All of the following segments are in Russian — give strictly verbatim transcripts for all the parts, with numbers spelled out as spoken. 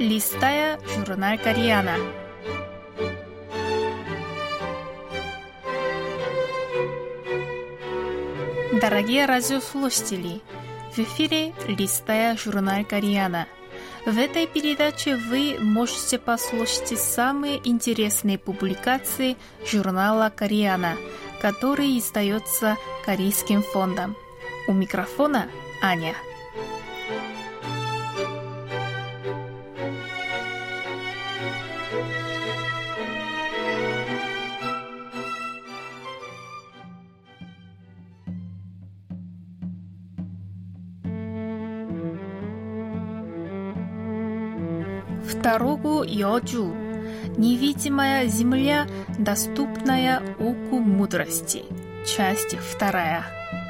листая журнал «Кореяна». Дорогие радиослушатели, в эфире «Листая журнал «Кореяна». В этой передаче вы можете послушать самые интересные публикации журнала «Кореяна», который издается Корейским фондом. У микрофона Аня. В дорогу Йоджу. Невидимая земля, доступная оку мудрости. Часть вторая.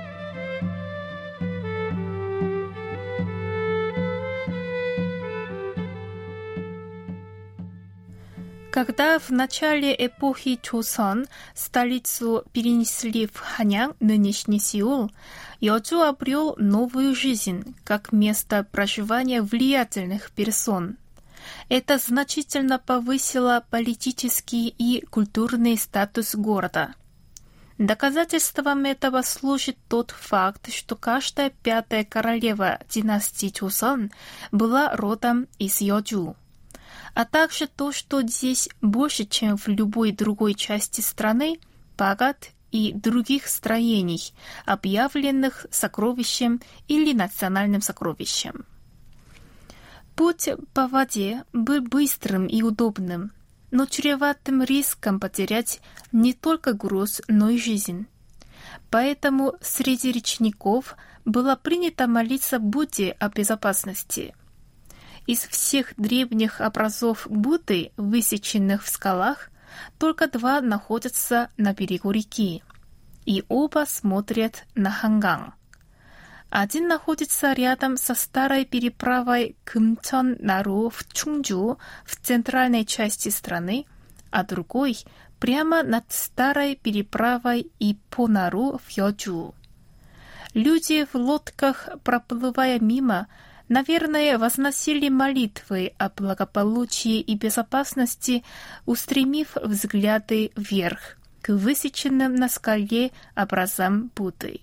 Когда в начале эпохи Чосон столицу перенесли в Ханян, нынешний Сеул, Йоджу обрел новую жизнь как место проживания влиятельных персон. Это значительно повысило политический и культурный статус города. Доказательством этого служит тот факт, что каждая пятая королева династии Чосон была родом из Йоджу, а также то, что здесь больше, чем в любой другой части страны, пагод и других строений, объявленных сокровищем или национальным сокровищем. Путь по воде был быстрым и удобным, но чреватым риском потерять не только груз, но и жизнь. Поэтому среди речников было принято молиться Будде о безопасности. Из всех древних образов Будды, высеченных в скалах, только два находятся на берегу реки, и оба смотрят на Ханган. Один находится рядом со старой переправой Кымчон-Нару в Чунджу в центральной части страны, а другой прямо над старой переправой Ипо-Нару в Йоджу. Люди в лодках, проплывая мимо, наверное, возносили молитвы о благополучии и безопасности, устремив взгляды вверх, к высеченным на скале образам Будды.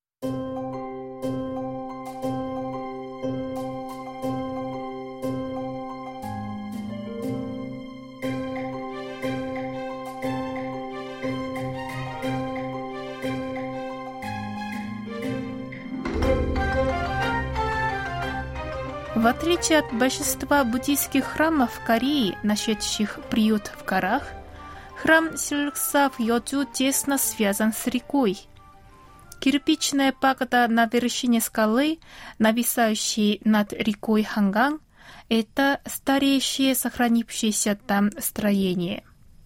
В отличие от большинства буддийских храмов Кореи, нашедших приют в горах, храм Силкса в Йоджу тесно связан с рекой. Кирпичная пагода на вершине скалы, нависающей над рекой Ханган, это старейшее сохранившееся там строение.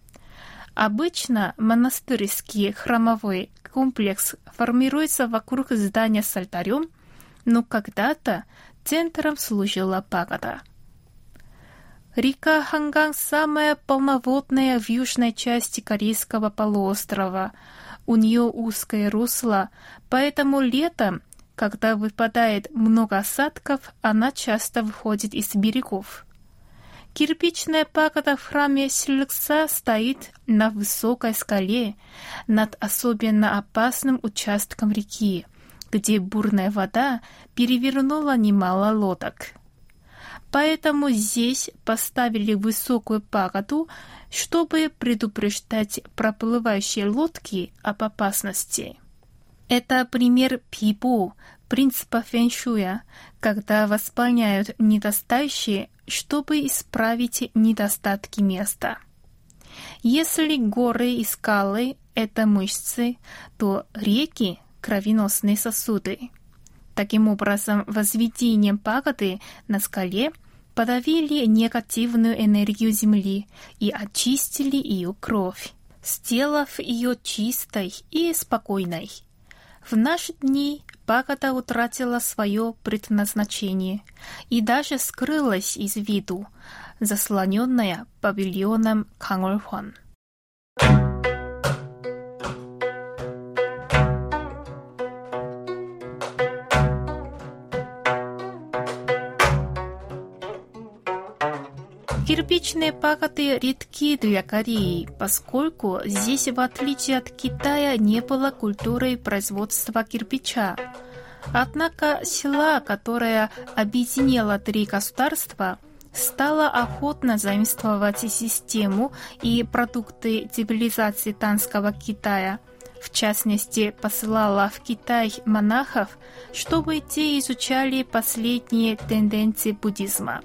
Обычно монастырский храмовой комплекс формируется вокруг здания с алтарем, но когда-то центром служила пагода. Река Ханган самая полноводная в южной части Корейского полуострова. У нее узкое русло, поэтому летом, когда выпадает много осадков, она часто выходит из берегов. Кирпичная пагода в храме Силкса стоит на высокой скале над особенно опасным участком реки, где бурная вода перевернула немало лодок. Поэтому здесь поставили высокую пагоду, чтобы предупреждать проплывающие лодки об опасности. Это пример пибо, принципа фэншуя, когда восполняют недостающие, чтобы исправить недостатки места. Если горы и скалы – это мышцы, то реки – кровеносные сосуды. Таким образом, возведением пагоды на скале подавили негативную энергию Земли и очистили ее кровь, сделав ее чистой и спокойной. В наши дни пагода утратила свое предназначение и даже скрылась из виду, заслоненная павильоном Кангольхон. Кирпичные пагоды редки для Кореи, поскольку здесь, в отличие от Китая, не было культуры производства кирпича. Однако сила, которая объединила три государства, стала охотно заимствовать систему и продукты цивилизации Танского Китая. В частности, посылала в Китай монахов, чтобы те изучали последние тенденции буддизма.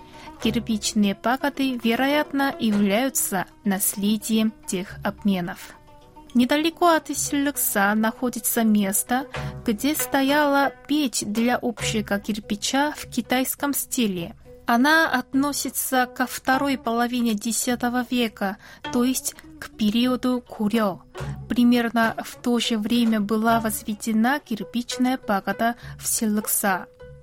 Кирпичные пагоды, вероятно, являются наследием тех обменов. Недалеко от Силлыкса находится место, где стояла печь для общего кирпича в китайском стиле. Она относится ко второй половине десятого века, то есть к периоду Гурё. Примерно в то же время была возведена кирпичная пагода в Силлыкса.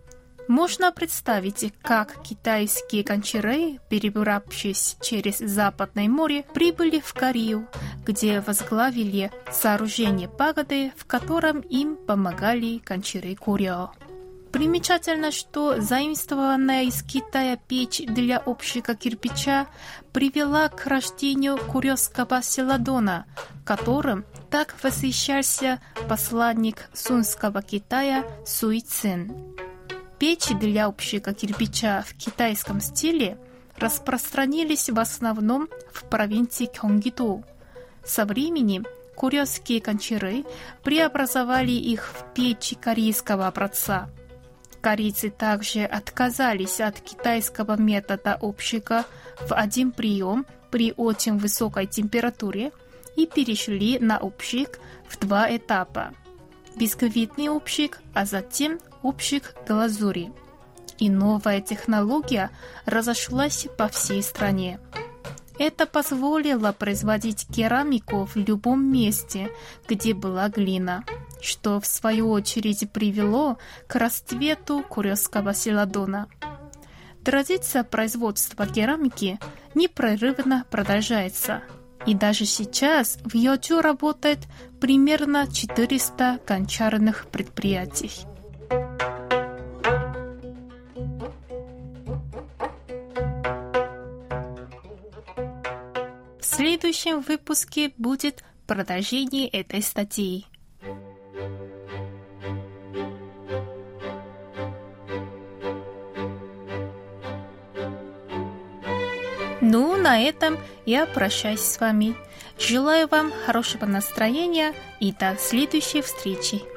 Можно представить, как китайские гончары, перебравшись через Западное море, прибыли в Корею, где возглавили сооружение пагоды, в котором им помогали гончары Гурё. Примечательно, что заимствованная из Китая печь для общего кирпича привела к рождению Гурёского селадона, которым так восхищался посланник Сунского Китая Суйцин. Печи для общего кирпича в китайском стиле распространились в основном в провинции Кёнгидо. Со временем гурёские гончары преобразовали их в печи корейского образца. Корейцы также отказались от китайского метода общего в один прием при очень высокой температуре и перешли на общик в два этапа. Бисквитный общик, а затем общик глазури. И новая технология разошлась по всей стране. Это позволило производить керамику в любом месте, где была глина, что в свою очередь привело к расцвету гурёского селадона. Традиция производства керамики непрерывно продолжается. И даже сейчас в Йочу работает примерно четыреста гончарных предприятий. В следующем выпуске будет продолжение этой статьи. Ну, на этом я прощаюсь с вами. Желаю вам хорошего настроения и до следующей встречи.